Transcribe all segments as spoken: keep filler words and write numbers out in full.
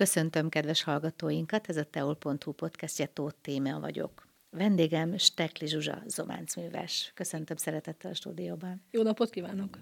Köszöntöm kedves hallgatóinkat, ez a teol pont hu podcastje, Tóth Tímea vagyok. Vendégem Stekli Zsuzsa zománcműves. Köszöntöm szeretettel a stúdióban. Jó napot kívánok!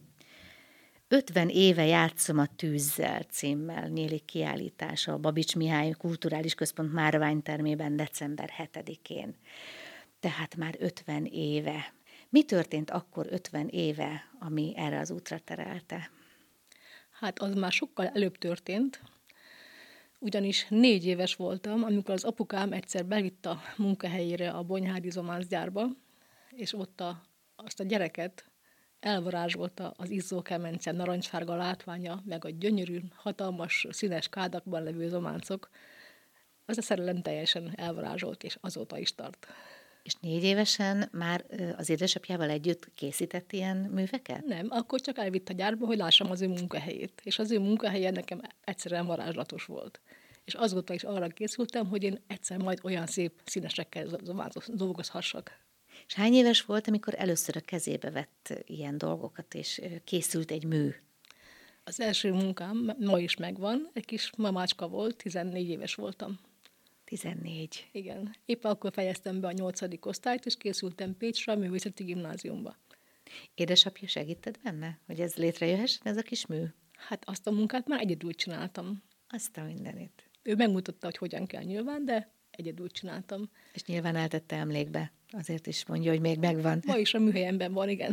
ötven éve játszom a tűzzel címmel nyílik kiállítása a Babits Mihály Kulturális Központ márványtermében december hetedikén. Tehát már ötven éve. Mi történt akkor ötven éve, ami erre az útra terelte? Hát az már sokkal előbb történt, ugyanis négy éves voltam, amikor az apukám egyszer bevitt a munkahelyére a Bonyhádi zománcgyárba, és ott a, azt a gyereket elvarázsolta az izzókemence narancsárga látványa, meg a gyönyörű, hatalmas, színes kádakban levő zománcok. Az a szerelem teljesen elvarázsolt, és azóta is tart. És négy évesen már az édesapjával együtt készített ilyen műveket? Nem, akkor csak elvitt a gyárba, hogy lássam az ő munkahelyét. És az ő munkahelye nekem egyszerűen varázslatos volt. És azóta is arra készültem, hogy én egyszer majd olyan szép színesekkel dolgozhassak. És hány éves volt, amikor először a kezébe vett ilyen dolgokat, és készült egy mű? Az első munkám ma is megvan, egy kis mamácska volt, tizennégy éves voltam. tizennégy. Igen. Éppen akkor fejeztem be a nyolcadik osztályt, és készültem Pécsre a Művészeti Gimnáziumba. Édesapja segített benne, hogy ez létrejöhessen, ez a kis mű? Hát azt a munkát már egyedül csináltam. Azt a mindenit. Ő megmutatta, hogy hogyan kell nyilván, de egyedül csináltam. És nyilván eltette emlékbe. Azért is mondja, hogy még megvan. Ma is a műhelyemben van, igen.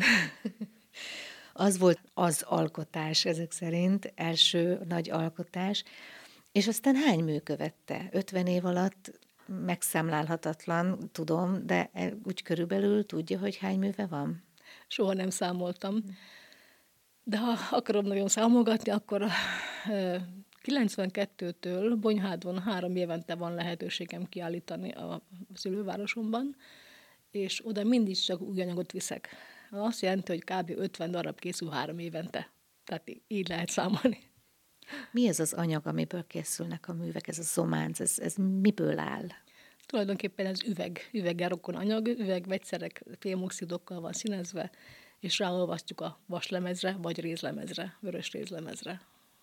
Az volt az alkotás ezek szerint, első nagy alkotás. És aztán hány mű követte? ötven év alatt megszámlálhatatlan, tudom, de úgy körülbelül tudja, hogy hány műve van? Soha nem számoltam. De ha akarom nagyon számolgatni, akkor kilencvenkettőtől Bonyhádon három évente van lehetőségem kiállítani a szülővárosomban, és oda mindig csak új anyagot viszek. Azt jelenti, hogy kb. ötven darab készül három évente. Tehát így lehet számolni. Mi ez az anyag, amiből készülnek a művek? Ez a zománc, ez, ez miből áll? Tulajdonképpen ez üveg, üveggel rokon anyag, üvegvegyszerek fémoxidokkal van színezve, és ráolvasztjuk a vaslemezre, vagy rézlemezre, vörös rézlemezre.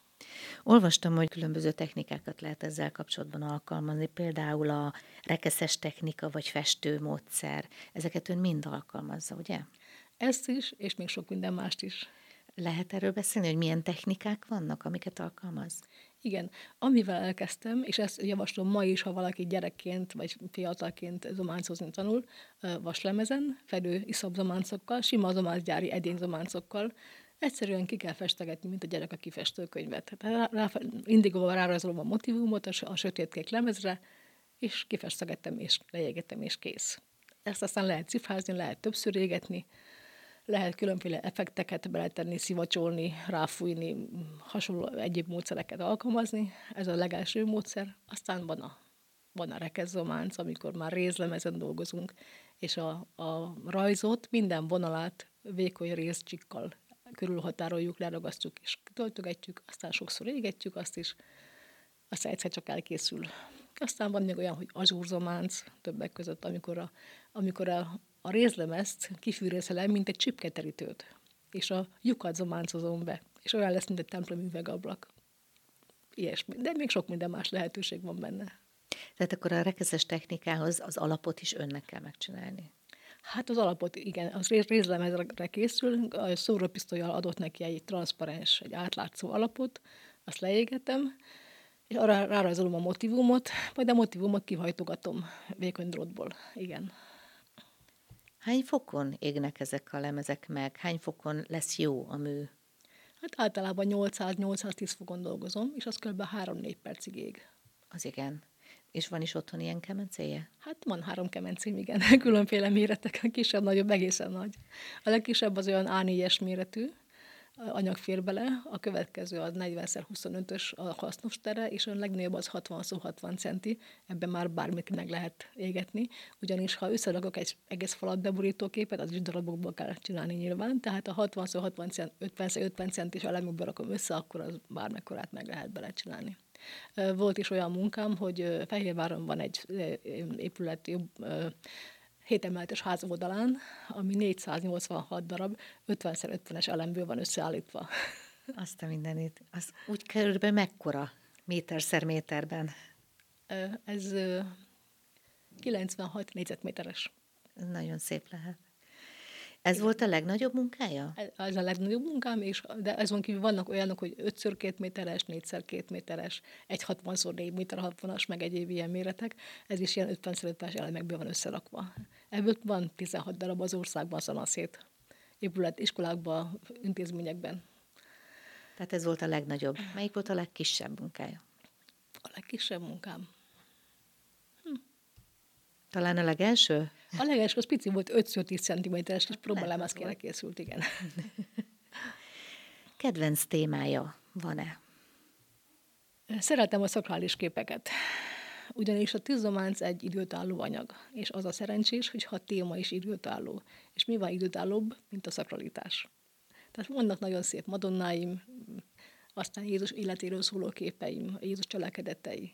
Olvastam, hogy különböző technikákat lehet ezzel kapcsolatban alkalmazni, például a rekeszes technika, vagy festőmódszer. Ezeket ön mind alkalmazza, ugye? Ezt is, és még sok minden mást is. Lehet erről beszélni, hogy milyen technikák vannak, amiket alkalmaz? Igen. Amivel elkezdtem, és ezt javaslom ma is, ha valaki gyerekként vagy fiatalként zománcozni tanul, vaslemezen, fedő iszapzománcokkal, sima zománcgyári edényzománcokkal, egyszerűen ki kell festegetni, mint a gyerek a kifestőkönyvet. Tehát rá, indigóval rárajzolom a motivumot a, a sötétkék lemezre, és kifestegettem, és leégetem, és kész. Ezt aztán lehet cifrázni, lehet többször égetni, lehet különféle effekteket beletenni, szivacsolni, ráfújni, hasonló egyéb módszereket alkalmazni. Ez a legelső módszer. Aztán van a, van a rekezzománc, amikor már rézlemezen dolgozunk, és a, a rajzot, minden vonalát vékony rézcsikkal körülhatároljuk, leragasztjuk és töltögetjük, aztán sokszor égetjük azt is, aztán egyszer csak elkészül. Aztán van még olyan, hogy azúrzománc többek között, amikor a, amikor a A rézlemezt kifűrészelem, mint egy csipketerítőt, és a lyukat zománcozom be, és olyan lesz, mint egy templomi üvegablak. Ilyesmi. De még sok minden más lehetőség van benne. Tehát akkor a rekeszes technikához az alapot is önnek kell megcsinálni? Hát az alapot, igen, az rézlemezre készül, a szórópisztollyal adott neki egy transzparens, egy átlátszó alapot, azt leégetem, és arra rárajzolom a motivumot, majd a motivumot kihajtogatom vékony drótból. Igen. Hány fokon égnek ezek a lemezek meg? Hány fokon lesz jó a mű? Hát általában nyolcszáz-nyolcszáztíz fokon dolgozom, és az kb. három-négy percig ég. Az igen. És van is otthon ilyen kemencéje? Hát van három kemencém, igen. Különféle méretek, kisebb, nagyobb, egészen nagy. A legkisebb az olyan á négyes méretű, anyag fér bele, a következő az negyven szer huszonötös a hasznos tere, és a legnagyobb az hatvan szer hatvan centi, ebben már bármit meg lehet égetni, ugyanis ha összerakok egy egész falat beborító képet, az is darabokból kell csinálni nyilván, tehát a hatvan szer hatvan cent, ötven szer ötven centis elemekből rakom össze, akkor az bármekkorát meg lehet belecsinálni. Volt is olyan munkám, hogy Fehérváron van egy épület, hétemeletes ház oldalán, ami négyszáznyolcvanhat darab, ötven szer ötvenes elemből van összeállítva. Azt a mindenit. Az úgy körülbelül mekkora Méterszer méterben. Ez kilencvenhat négyzetméteres. Ez nagyon szép lehet. Ez Igen. volt a legnagyobb munkája? Ez a legnagyobb munkám, és, de azon kívül vannak olyanok, hogy ötször két méteres, négyszer két méteres, egy hatvanszor négy méter hatvanas, meg egyéb ilyen méretek. Ez is ilyen ötvenszer ötvenes elemekből van összerakva. Ebből van tizenhat darab az országban szanaszét. Épület, iskolákban, intézményekben. Tehát ez volt a legnagyobb. Melyik volt a legkisebb munkája? A legkisebb munkám? Hm. Talán a legelső? A legelső az pici volt, ötször tíz centiméteres, és próbalámászkére készült, igen. Kedvenc témája van-e? Szeretem a szakrális képeket. Ugyanis a tűzzománc egy időtálló anyag, és az a szerencsés, hogy a téma is időtálló. És mi van időtállóbb, mint a szakralitás? Tehát vannak nagyon szép madonnáim, aztán Jézus életéről szóló képeim, Jézus cselekedetei.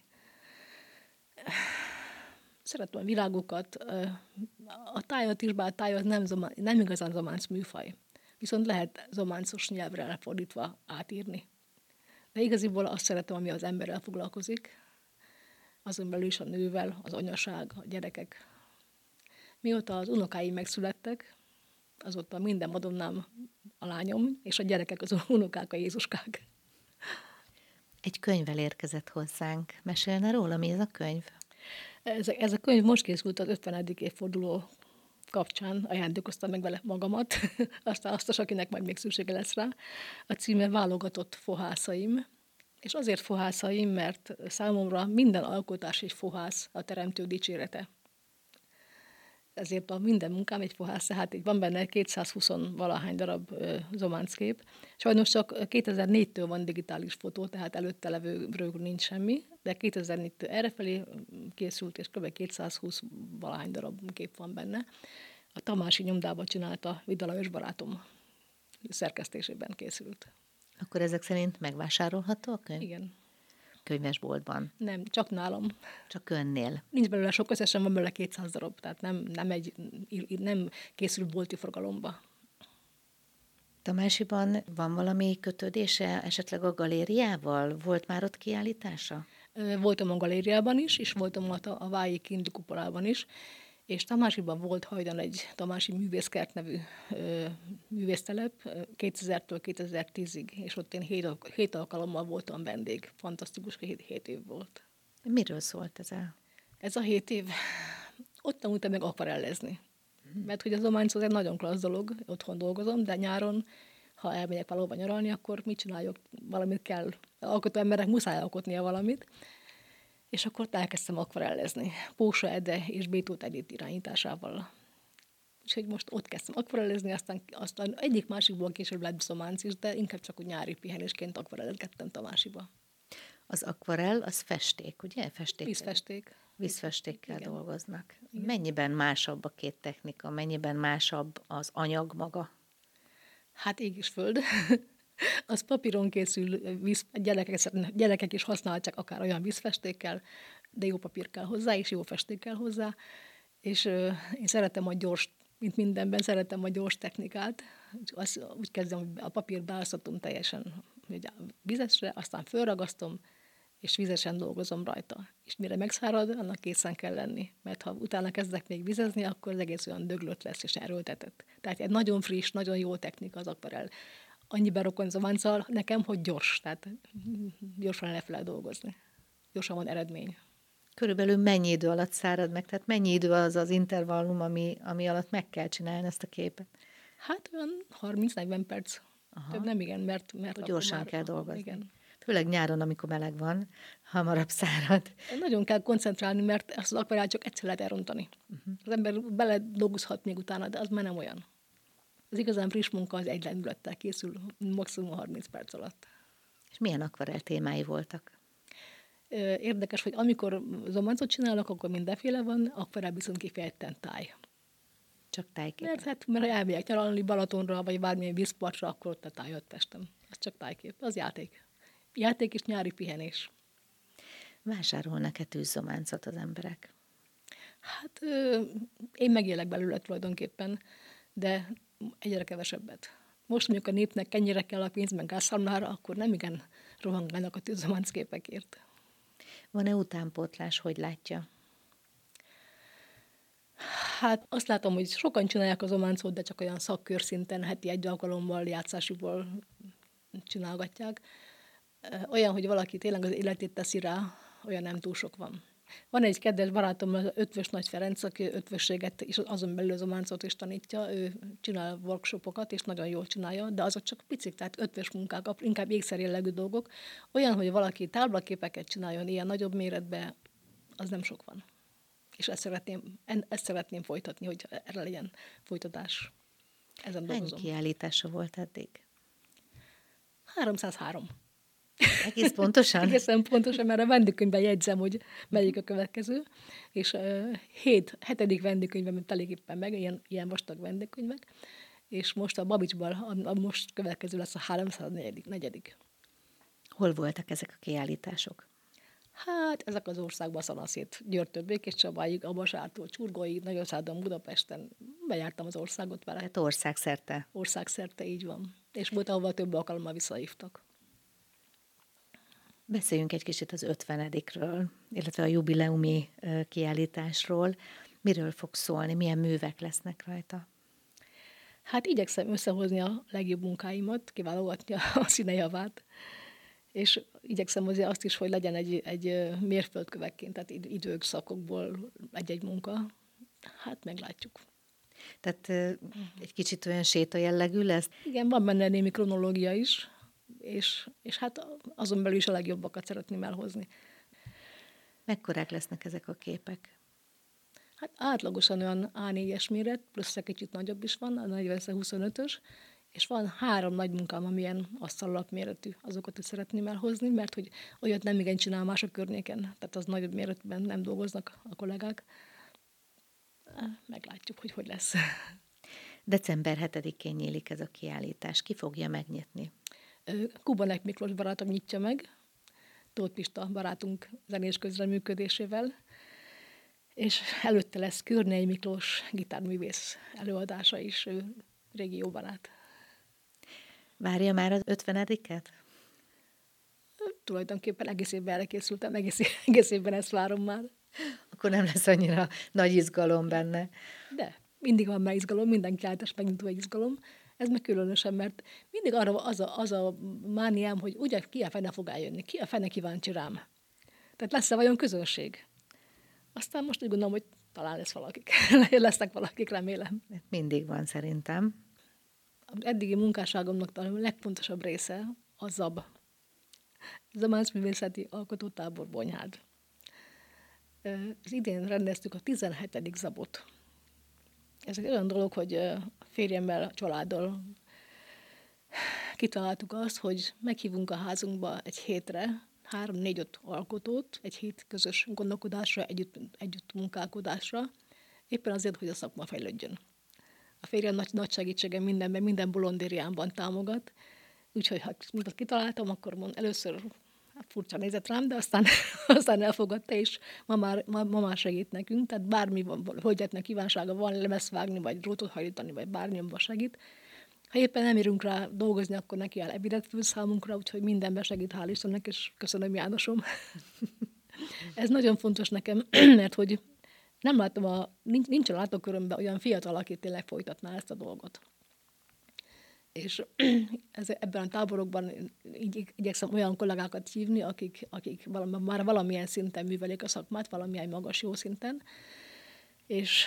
Szeretem a virágokat, a tájat is, bár a táj az nem, zomán, nem igazán zománc műfaj. Viszont lehet zománcos nyelvre elfordítva átírni. De igaziból azt szeretem, ami az emberrel foglalkozik, azon belül is a nővel, az anyaság, a gyerekek. Mióta az unokáim megszülettek, azóta minden madonnám a lányom, és a gyerekek az unokák, a Jézuskák. Egy könyvvel érkezett hozzánk. Mesélne róla, mi ez a könyv? Ez, ez a könyv most készült az ötvenedik évforduló kapcsán, ajándékoztam meg vele magamat, aztán azt, akinek majd még szüksége lesz rá. A címe Válogatott fohászaim, és azért fohászaim, mert számomra minden alkotás egy fohász, a teremtő dicsérete. Ezért a minden munkám egy fohász, tehát így van benne kétszázhúsz valahány darab ö, zománckép. Sajnos csak kétezer-négytől van digitális fotó, tehát előtte levőről nincs semmi, de kétezer-négytől errefelé készült, és kb. kétszázhúsz valahány darab kép van benne. A Tamási nyomdában csinálta Vida Lajos barátom szerkesztésében készült. Akkor ezek szerint megvásárolható a könyv? Igen. Könyvesboltban? Nem, csak nálam. Csak önnél? Nincs belőle sok, összesen van belőle kétszáz darab, tehát nem, nem, egy, nem készül bolti forgalomba. Tamásiban van valami kötődése esetleg a galériával? Volt már ott kiállítása? Voltam a galériában is, és voltam a, a Vályi Kinti kupolában is, és Tamásiban volt hajdan egy Tamási Művészkert nevű ö, művésztelep kétezertől kétezer-tízig, és ott én hét, hét alkalommal voltam vendég. Fantasztikus, hét, hét év volt. Miről szólt ez el? Ez a hét év, ott tanultam meg akvarellezni. Hmm. Mert hogy az zománc az egy nagyon klassz dolog, otthon dolgozom, de nyáron, ha elmegyek valahova nyaralni, akkor mit csináljak? Valamit kell. Alkotó emberek muszáj alkotnia valamit. És akkor elkezdtem akvarellezni. Pósa Ede és Bétót Edith irányításával. Úgyhogy most ott kezdtem akvarellezni, aztán, aztán egyik másikból később lett zománc is, de inkább csak úgy nyári pihenésként akvarellezgettem Tamásiba. Az akvarell, az festék, ugye? Festék. Vízfesték. Vízfestékkel Igen. dolgoznak. Igen. Mennyiben másabb a két technika? Mennyiben másabb az anyag maga? Hát ég és föld. Az papíron készül, víz, gyerekek, gyerekek is használhatják akár olyan vízfestékkel, de jó papír kell hozzá, és jó festék kell hozzá. És uh, én szeretem a gyors, mint mindenben, szeretem a gyors technikát. Azt, úgy kezdem, hogy a papírt beállítom teljesen vizesre, aztán fölragasztom, és vizesen dolgozom rajta. És mire megszárad, annak készen kell lenni. Mert ha utána kezdek még vizezni, akkor az egész olyan döglött lesz és erőltetett. Tehát egy nagyon friss, nagyon jó technika az akvarell. Annyiben rokon zománccal nekem, hogy gyors, tehát gyorsan lehet vele dolgozni. Gyorsan van eredmény. Körülbelül mennyi idő alatt szárad meg? Tehát mennyi idő az az intervallum, ami, ami alatt meg kell csinálni ezt a képet? Hát olyan harminc-negyven perc. Aha. Több nem igen, mert... mert gyorsan már, kell dolgozni. Igen. Főleg nyáron, amikor meleg van, hamarabb szárad. Nagyon kell koncentrálni, mert azt az akvarellt csak egyszer lehet elrontani. Uh-huh. Az ember bele dolgozhat még utána, de az már nem olyan. Az igazán friss munka az egy lendülettel készül, maximum harminc perc alatt. És milyen akvarell témái voltak? Érdekes, hogy amikor zománcot csinálok, akkor mindenféle van, akvarell viszont kifejezetten táj. Csak tájkép. Mert, hát, mert ha elmegyek nyaralni Balatonra, vagy bármilyen vízpartra, akkor ott a tájat festem. Az csak tájkép, az játék. Játék és nyári pihenés. Vásárolnak-e tűzzománcot az emberek? Hát én megélek belőle tulajdonképpen, de egyre kevesebbet. Most mondjuk a népnek ennyire kell a pénz, meg gázszámlára, akkor nem igen rohangálnak a tűzzománc képekért. Van-e utánpótlás, hogy látja? Hát azt látom, hogy sokan csinálják az ománcot, de csak olyan szakkör szinten, heti egy alkalommal, játszásukból csinálgatják. Olyan, hogy valaki tényleg az életét teszi rá, olyan nem túl sok van. Van egy kedves barátom, az Ötvös Nagy Ferenc, aki ötvösséget és azon belül az ománcot is tanítja, ő csinál workshopokat, és nagyon jól csinálja, de azok csak picik, tehát ötvös munkák, inkább ékszerjellegű dolgok. Olyan, hogy valaki táblaképeket csináljon ilyen nagyobb méretben, az nem sok van. És ezt szeretném, ezt szeretném folytatni, hogy erre legyen folytatás. Ezen Hány dolgozom. kiállítása volt eddig? háromszázhárom. Egész pontosan? Egészen pontosan, mert a vendégkönyvben jegyzem, hogy melyik a következő, és uh, hét, hetedik vendégkönyvem telik éppen meg, ilyen, ilyen vastag vendégkönyvek, és most a Babicsban, a, a most következő lesz a háromszáznegyedik. Hol voltak ezek a kiállítások? Hát ezek az országban szanaszét, Győrtől Békéscsabáig, a Basártól Csurgóig, Nagyországban, Budapesten, bejártam az országot vele. Tehát országszerte? Országszerte, így van. És volt, ahova több alkalommal visszahívtak. Beszéljünk egy kicsit az ötvenedikről, illetve a jubileumi kiállításról. Miről fog szólni, milyen művek lesznek rajta? Hát igyekszem összehozni a legjobb munkáimat, kiválogatni a színejavát, és igyekszem azért azt is, hogy legyen egy, egy mérföldkövekként, tehát időszakokból egy-egy munka. Hát meglátjuk. Tehát egy kicsit olyan sétajellegű lesz? Igen, van benne némi kronológia is, és, és hát azon belül is a legjobbakat szeretném elhozni. Mekkorák lesznek ezek a képek? Hát átlagosan olyan á négyes méret, plusz egy kicsit nagyobb is van, a nagy része huszonötös, és van három nagy munkám, amilyen asztallapméretű, azokat is szeretném elhozni, mert hogy olyat nem igen csinál más a környéken, tehát az nagyobb méretben nem dolgoznak a kollégák. Meglátjuk, hogy hogy lesz. december hetedikén nyílik ez a kiállítás. Ki fogja megnyitni? Kubanek Miklós barátom nyitja meg, Tóth Pista barátunk zenés közreműködésével, és előtte lesz Körnei Miklós gitárművész előadása is, ő régi jó barát. Várja már az ötvenediket? Tulajdonképpen egész évben elkészültem, egész, egész évben ezt várom már. Akkor nem lesz annyira nagy izgalom benne. De mindig van már izgalom, minden kiállítás megnyitó egy izgalom. Ez meg különösen, mert mindig arra az a, az a mániám, hogy ugye ki a fene fog eljönni, ki a fene kíváncsi rám. Tehát lesz-e vajon közönség? Aztán most úgy gondolom, hogy talán lesz valakik. Lesznek valakik, remélem. Mindig van szerintem. Az eddigi munkásságomnak a legfontosabb része a zab. Zamáncművészeti Alkotótábor Bonyhád. Az idén rendeztük a tizenhetedik zabot. Ez egy olyan dolog, hogy a férjemmel, a családdal kitaláltuk azt, hogy meghívunk a házunkba egy hétre három, négy, öt alkotót, egy hét közös gondolkodásra, együtt, együtt munkálkodásra, éppen azért, hogy a szakma fejlődjön. A férjem nagy, nagy segítségem mindenben, minden bolondériámban támogat, úgyhogy ha kitaláltam, akkor mond, először hát furcsa nézett rám, de aztán, aztán elfogadta, és ma már, ma, ma már segít nekünk, tehát bármi van, hölgyetnek kívánsága van, lemezt vágni, vagy drótot hajlítani, vagy bármilyenben segít. Ha éppen nem érünk rá dolgozni, akkor neki áll ebédet főz számunkra, úgyhogy mindenben segít, hál' Istennek, és köszönöm, Jánosom. Ez nagyon fontos nekem, mert hogy nem látom, a, nincs, nincs a látókörömben olyan fiatal, aki tényleg folytatná ezt a dolgot. És ez, ebben a táborokban így igyekszem olyan kollégákat hívni, akik, akik valami, már valamilyen szinten művelik a szakmát, valamilyen magas, jó szinten. És,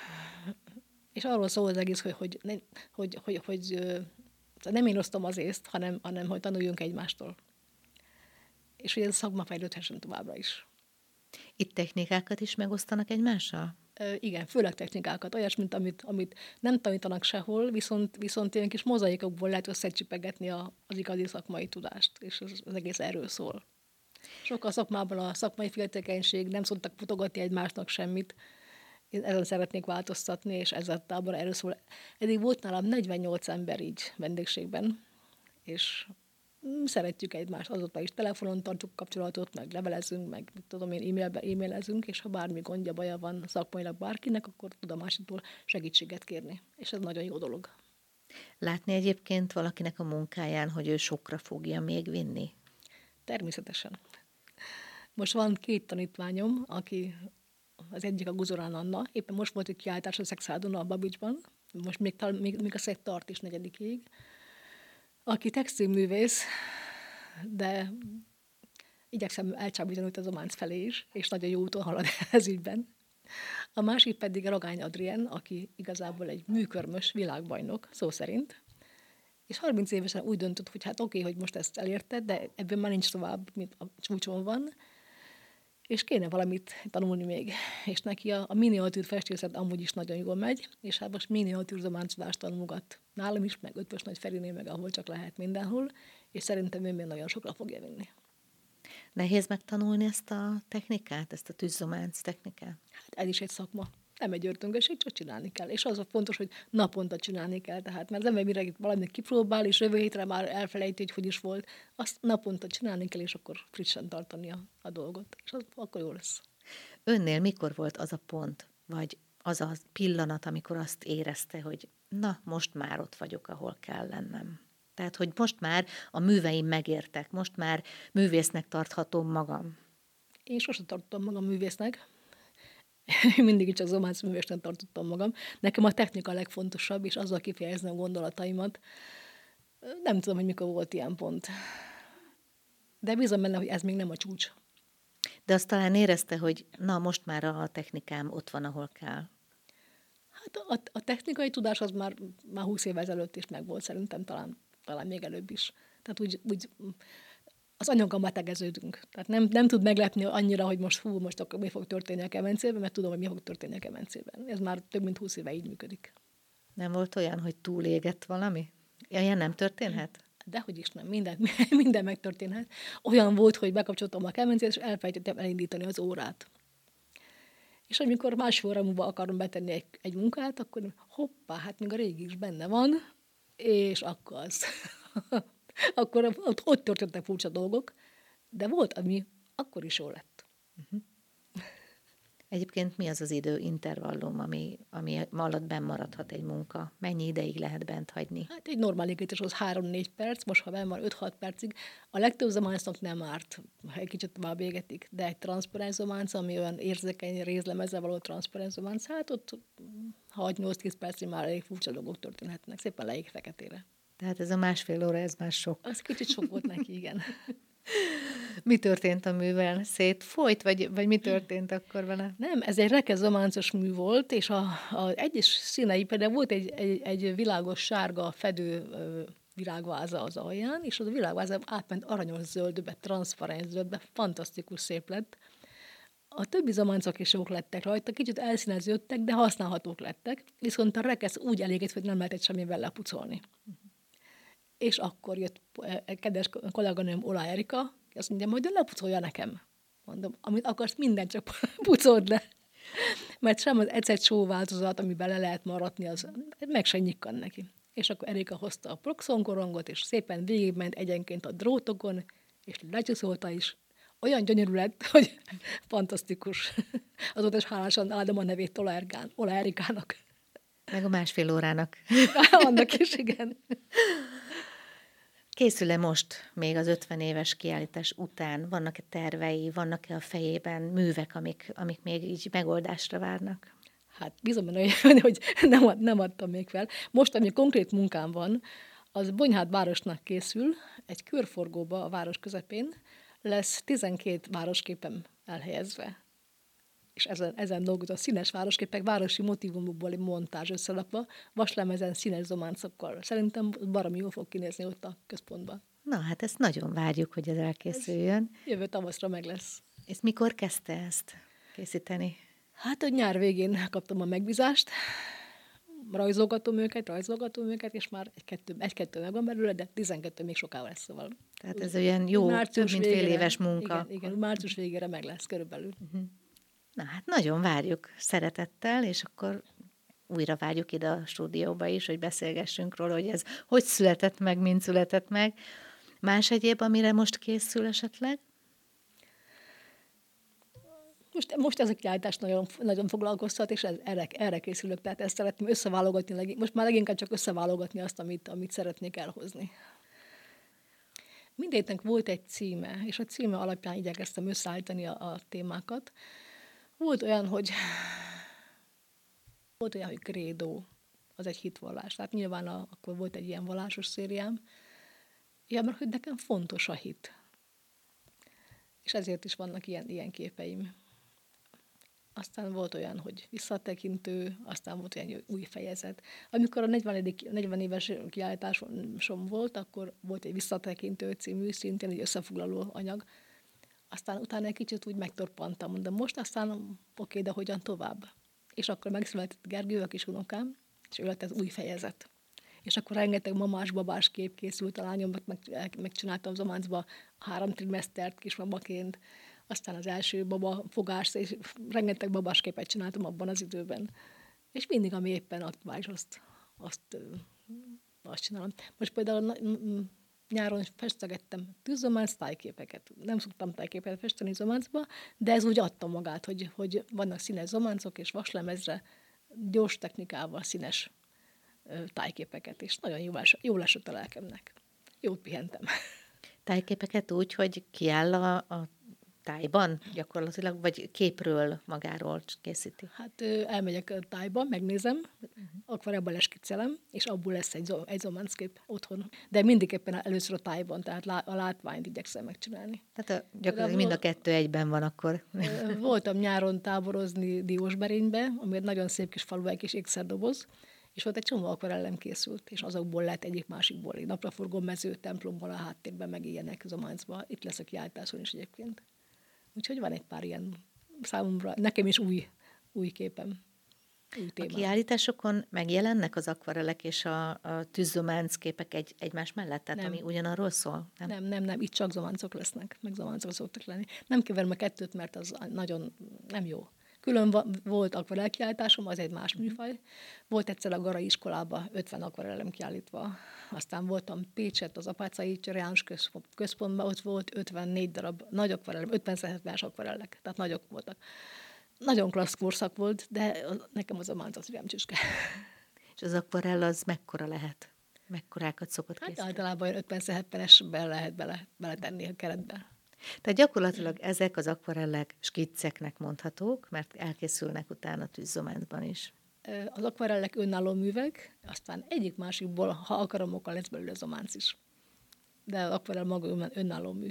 és arról szól az egész, hogy, hogy, hogy, hogy, hogy, hogy nem én osztom az észt, hanem, hanem hogy tanuljunk egymástól. És hogy ez a szakma fejlődhessen továbbra is. Itt technikákat is megosztanak egymással? Igen, főleg technikákat, olyas, mint amit, amit nem tanítanak sehol, viszont, viszont ilyen kis mozaikokból lehet összecsipegetni a, az igazi szakmai tudást, és az, az egész erről szól. Sokkal szakmában a szakmai féltékenység, nem szoktak mutogatni egymásnak semmit. Én ezen szeretnék változtatni, és ez a tábor erről szól. Eddig volt nálam negyvennyolc ember így vendégségben, és szeretjük egymást, azóta is telefonon tartjuk kapcsolatot, meg levelezünk, meg tudom én, e-mailbe, e-mailezünk, és ha bármi gondja, baja van szakmailag bárkinek, akkor tud a másiktól segítséget kérni. És ez nagyon jó dolog. Látni egyébként valakinek a munkáján, hogy ő sokra fogja még vinni? Természetesen. Most van két tanítványom, aki az egyik a Guzorán Anna, éppen most volt egy kiállítás a Szexádon a Babicsban, most még, még, még a szett tart is negyedikig, aki textilművész, de igyekszem elcsábítani az Ománc felé is, és nagyon jó úton halad ez ügyben. A másik pedig Ragány Adrien, aki igazából egy műkörmös világbajnok, szó szerint, és harminc évesen úgy döntött, hogy hát oké, okay, hogy most ezt elérted, de ebből már nincs tovább, mint a csúcson van, és kéne valamit tanulni még. És neki a, a miniatűr festészet amúgy is nagyon jól megy, és hát most miniatűr zománcodást tanulgat nálam is, meg Ötvös Nagy Ferinél, meg ahol csak lehet mindenhol, és szerintem ő még nagyon sokra fogja vinni. Nehéz megtanulni ezt a technikát, ezt a tűzzománc technikát? Hát ez is egy szakma. Nem egy ördöngösség, csak csinálni kell. És az a fontos, hogy naponta csinálni kell. Tehát, mert az ember mire valamit kipróbál, és jövő hétre már elfelejti, hogy hogy is volt, azt naponta csinálni kell, és akkor frissen tartani a, a dolgot. És az, akkor jó lesz. Önnél mikor volt az a pont, vagy az a pillanat, amikor azt érezte, hogy na, most már ott vagyok, ahol kell lennem? Tehát, hogy most már a műveim megértek, most már művésznek tarthatom magam. Én sosem tartottam magam művésznek. Mindig csak zománc művésznek tartottam magam. Nekem a technika a legfontosabb, és azzal kifejezni a gondolataimat. Nem tudom, hogy mikor volt ilyen pont. De bízom benne, hogy ez még nem a csúcs. De azt talán érezte, hogy na, most már a technikám ott van, ahol kell. Hát a, a technikai tudás az már, már húsz évvel ezelőtt is megvolt, szerintem talán, talán még előbb is. Tehát úgy, úgy az anyaggal betegeződünk. Tehát nem, nem tud meglepni annyira, hogy most hú, most akkor mi fog történni a kemencében, mert tudom, hogy mi fog történni a kemencében. Ez már több mint húsz éve így működik. Nem volt olyan, hogy túlégett valami? Ilyen nem történhet? Dehogy is nem, minden, minden megtörténhet. Olyan volt, hogy bekapcsoltam a kemencét, és elfelejtettem elindítani az órát. És amikor másfél óra múlva akarom betenni egy, egy munkát, akkor hoppá, hát még a régi is benne van, és akkor az... akkor ott, ott történtek furcsa dolgok, de volt, ami akkor is jó lett. Uh-huh. Egyébként mi az az időintervallum, ami, ami alatt benn maradhat egy munka? Mennyi ideig lehet bent hagyni? Hát egy normál égítéshoz három-négy perc, most ha benn van öt-hat percig. A legtöbb zománcnak nem árt, ha egy kicsit tovább égetik, de egy transzparens zománc, ami olyan érzékeny rézlemezzel való transzparens zománc, hát ott hat-nyolc-tíz percig már elég furcsa dolgok történhetnek, szépen leég feketére. Tehát ez a másfél óra, ez már sok. Az kicsit sok volt neki, igen. Mi történt a művel? Szétfolyt, vagy, vagy mi történt akkor vele? Nem, ez egy rekezománcos mű volt, és a, a egyes színei például volt egy, egy, egy világos sárga fedő ö, virágváza az alján, és az a virágváza átment aranyos zöldbe, transzparens zöldbe, fantasztikus szép lett. A többi zománcok is jók lettek rajta, kicsit elszíneződtek, de használhatók lettek, viszont a rekesz úgy elégít, hogy nem lehetett semmivel lepucolni. És akkor jött egy kedves kolléganőm, Ola Erika, azt mondja, hogy de lepucolja nekem. Mondom, amit akarsz, mindent csak pucold le. Mert sem az ecet só változat, ami bele lehet maradni, az meg se nyikkan neki. És akkor Erika hozta a proxonkorongot, és szépen végigment egyenként a drótokon, és lecsúszolta is. Olyan gyönyörű lett, hogy fantasztikus. Azóta is hálásan áldom a nevét Ola Erikának. Meg a másfél órának. Annak is, igen. Készül-e most, még az ötven éves kiállítás után? Vannak-e tervei, vannak-e a fejében művek, amik, amik még így megoldásra várnak? Hát bízom benne, hogy nem, ad, nem adtam még fel. Most, ami konkrét munkám van, az Bonyhád városnak készül, egy körforgóba a város közepén, lesz tizenkét városképem elhelyezve. És ezen, ezen dolgozott színes városképek, városi motívumokból egy montázs összelapva, vaslemezen színes zománcokkal. Szerintem baromi jól fog kinézni ott a központban. Na, hát ezt nagyon várjuk, hogy ez elkészüljön. Ez jövő tavaszra meg lesz. És mikor kezdte ezt készíteni? Hát, hogy nyár végén kaptam a megbízást, rajzolgatom őket, rajzolgatom őket, és már egy-kettő, egy-kettő megvan belőle, de tizenkettő még soká lesz, szóval. Tehát ez olyan jó, több mint fél éves munka. Igen, igen, március végére meg lesz körülbelül. Uh-huh. Na hát nagyon várjuk szeretettel, és akkor újra várjuk ide a stúdióba is, hogy beszélgessünk róla, hogy ez hogy született meg, mint született meg. Más egyéb, amire most készül esetleg? Most, most ez a kiállítás nagyon, nagyon foglalkoztat, és ez, erre, erre készülök, tehát ezt szeretném összeválogatni, most már leginkább csak összeválogatni azt, amit, amit szeretnék elhozni. Mindegyiknek volt egy címe, és a címe alapján igyekeztem összeállítani a, a témákat. Volt olyan, hogy volt olyan, hogy Credo, az egy hitvallás. Tehát nyilván a, akkor volt egy ilyen vallásos szériám. Ja, mert hogy nekem fontos a hit. És ezért is vannak ilyen, ilyen képeim. Aztán volt olyan, hogy visszatekintő, aztán volt olyan, hogy új fejezet. Amikor a negyven éves kiállításom volt, akkor volt egy visszatekintő című, szintén egy összefoglaló anyag. Aztán utána egy kicsit úgy megtorpantam, mondom, most aztán oké, de hogyan tovább? És akkor megszületett Gergő, a kis unokám, és ő lett az új fejezet. És akkor rengeteg mamás-babás kép készült a lányomnak, meg, megcsináltam Zománcba három trimesztert kismamaként, aztán az első baba fogás, és rengeteg babás képet csináltam abban az időben. És mindig, ami éppen aktuális, azt, azt, azt csinálom. Most például nyáron festegettem tűzzománc tájképeket. Nem szoktam tájképet festeni zománcba, de ez úgy adta magát, hogy, hogy vannak színes zománcok, és vaslemezre gyors technikával színes tájképeket, és nagyon jól, jól esett a lelkemnek. Jót pihentem. Tájképeket úgy, hogy kiáll a, a tájban gyakorlatilag, vagy képről magáról készíti? Hát elmegyek a tájba, megnézem, uh-huh. akvarelban leskiccelem, és abból lesz egy, egy zománcskép otthon. De mindig először a tájban, tehát a látványt igyekszem megcsinálni. Tehát a, gyakorlatilag mind a kettő egyben van akkor. Voltam nyáron táborozni Diósberénybe, ami egy nagyon szép kis falu, egy kis ékszerdoboz, és ott egy csomó akvarellem készült, és azokból lett egyik másikból. Egy napraforgó mező templomból a háttérben, meg ilyenek Zománcba. Itt lesz a kiállításon is egyébként. Úgyhogy van egy pár ilyen számomra, nekem is új, új képem. Új a kiállításokon megjelennek az akvarelek és a, a tűzzománc képek egy, egymás mellett? Tehát nem. Ami ugyanarról szól? Nem? nem, nem, nem. Itt csak zománcok lesznek, meg zománcok szoktak lenni. Nem keverem a kettőt, mert az nagyon nem jó. Külön volt akvarel kiállításom, az egy más műfaj. Volt egyszer a Garai iskolában ötven akvarellem kiállítva. Aztán voltam Pécset, az Apácai János központban, ott volt ötvennégy darab nagy akvarellem, ötven-hetvenes akvarellek, tehát nagyok voltak. Nagyon klassz korszak volt, de nekem az a mánc az nem csüske. És az akvarell az mekkora lehet? Mekkorákat szokott készíteni? Hát általában ötven-hetvenesben lehet bele, beletenni a keretbe. Tehát gyakorlatilag ezek az akvarellek skicceknek mondhatók, mert elkészülnek utána tűzzománcban is. Az akvarellek önálló művek, aztán egyik másikból, ha akarom, akkor lesz belőle zománc is. De az akvarell maga önálló mű.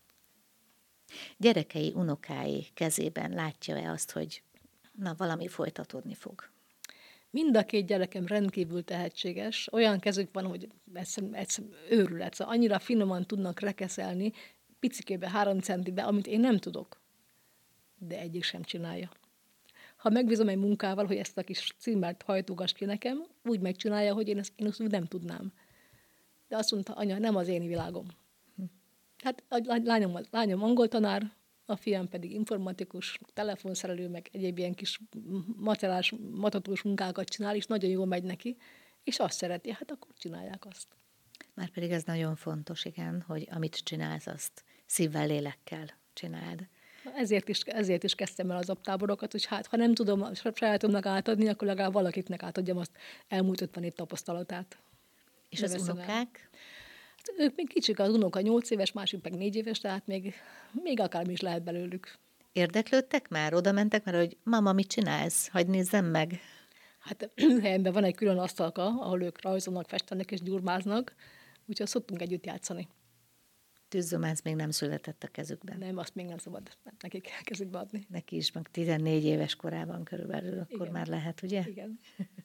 Gyerekei, unokái kezében látja-e azt, hogy na, valami folytatódni fog? Mind a két gyerekem rendkívül tehetséges. Olyan kezük van, hogy egyszerűen, egyszerűen őrület. Szóval annyira finoman tudnak rekeszelni, picikébe, három centibe, amit én nem tudok. De egyik sem csinálja. Ha megbízom egy munkával, hogy ezt a kis címert hajtogass ki nekem, úgy megcsinálja, hogy én ezt, én ezt úgy nem tudnám. De azt mondta, anya, nem az én világom. Hát a lányom, lányom angol tanár, a fiam pedig informatikus, telefonszerelő, meg egyéb ilyen kis macerás, matatós munkákat csinál, és nagyon jól megy neki, és azt szereti, hát akkor csinálják azt. Márpedig ez nagyon fontos, igen, hogy amit csinálsz, azt szívvel, lélekkel csináld. Ezért is, ezért is kezdtem el az aptáborokat, hogy hát, ha nem tudom sajátomnak átadni, akkor legalább valakitnek átadjam azt elmúlt ötven év tapasztalatát. És az unokák? Hát, ők még kicsik, az unoka nyolc éves, másik meg négy éves, tehát még, még akármi is lehet belőlük. Érdeklődtek már? Oda mentek már, hogy mama, mit csinálsz? Hadd nézzem meg. Hát helyemben van egy külön asztalka, ahol ők rajzolnak, festenek és gyurmáznak, úgyhogy szoktunk együtt játszani. Tűzzománc még nem született a kezükben. Nem, azt még nem szabad nekik kezükbe adni. Neki is, meg tizennégy éves korában körülbelül, akkor igen. Már lehet, ugye? Igen.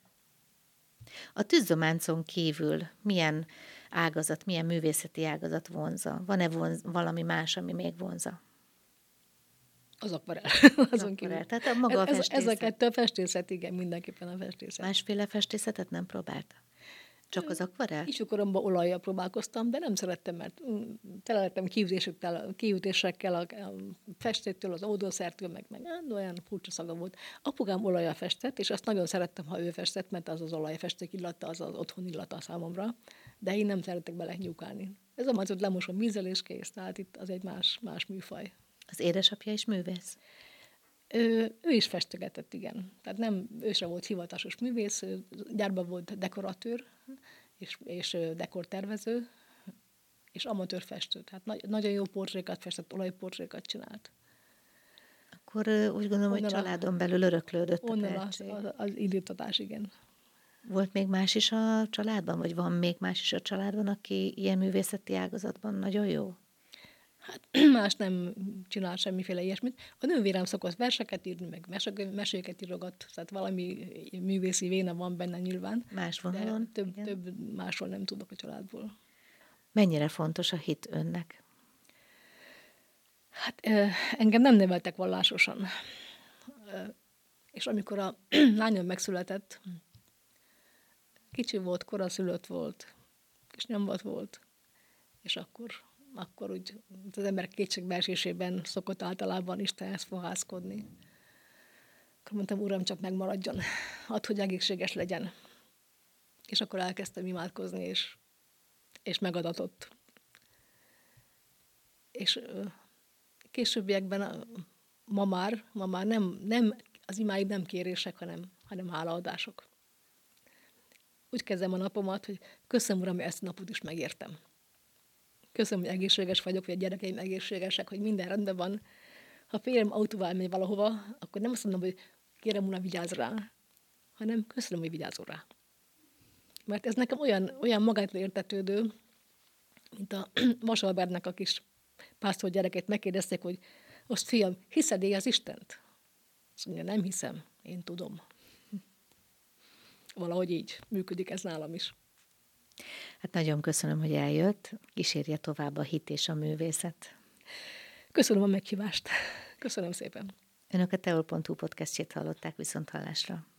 A tűzzománcon kívül milyen ágazat, milyen művészeti ágazat vonza? Van-e vonz, valami más, ami még vonza? Az akvarell. Az akvarell. Tehát a maga ez, a festészet. Ez a kettő a festészet, igen, mindenképpen a festészet. Másféle festészetet nem próbálta? Csak az akvarell? Kiskoromban olajjal próbálkoztam, de nem szerettem, mert tele lettem kiütésekkel, kiütésekkel a, a festéttől, az oldószertől, meg, meg olyan furcsa szaga volt. Apukám olajjal festett, és azt nagyon szerettem, ha ő festett, mert az az olajfesték illata, az az otthon illata számomra, de én nem szeretek bele nyúkálni. Ez a macot lemosom vízzel és kész, tehát itt az egy más, más műfaj. Az édesapja is művész? Ő, ő is festegetett, igen. Tehát nem, ő sem volt hivatásos művész, ő gyárban volt dekoratőr és, és dekortervező, és amatőr festő. Tehát nagy, nagyon jó portrékat festett, olajportrékat csinált. Akkor úgy gondolom, onnan hogy családon a, belül öröklődött a tehetség. Az, az, az indítatás, igen. Volt még más is a családban, vagy van még más is a családban, aki ilyen művészeti ágazatban nagyon jó? Hát más nem csinál semmiféle ilyesmit. A nővérem szokott verseket írni, meg meséket írogat, tehát valami művészi véna van benne nyilván. Más vonalon. Több, több másról nem tudok a családból. Mennyire fontos a hit önnek? Hát engem nem neveltek vallásosan. És amikor a lányom megszületett, kicsi volt, koraszülött volt, kis nyomvat volt, és akkor, akkor úgy az ember kétségbeesésében szokott általában Istenhez fohászkodni. Akkor mondtam, Uram, csak megmaradjon, add, hogy egészséges legyen. És akkor elkezdtem imádkozni, és, és megadatott. És későbbiekben ma már, ma már nem, nem, az imáid nem kérések, hanem, hanem hálaadások. Úgy kezdem a napomat, hogy köszönöm, Uram, hogy ezt a napot is megértem. Köszönöm, hogy egészséges vagyok, hogy a gyerekeim egészségesek, hogy minden rendben van. Ha férjem autóval megy valahova, akkor nem azt mondom, hogy kérem, Uram, vigyázz rá, hanem köszönöm, hogy vigyázol rá. Mert ez nekem olyan, olyan magától értetődő, mint a Vasalbertnek a kis pásztor gyerekét megkérdezték, hogy most fiam, hiszed-e az Istent? Azt mondja, nem hiszem, én tudom. Valahogy így működik ez nálam is. Hát nagyon köszönöm, hogy eljött, kísérje tovább a hit és a művészet. Köszönöm a meghívást. Köszönöm szépen. Önök a teol pont hu podcastjét hallották, viszont hallásra.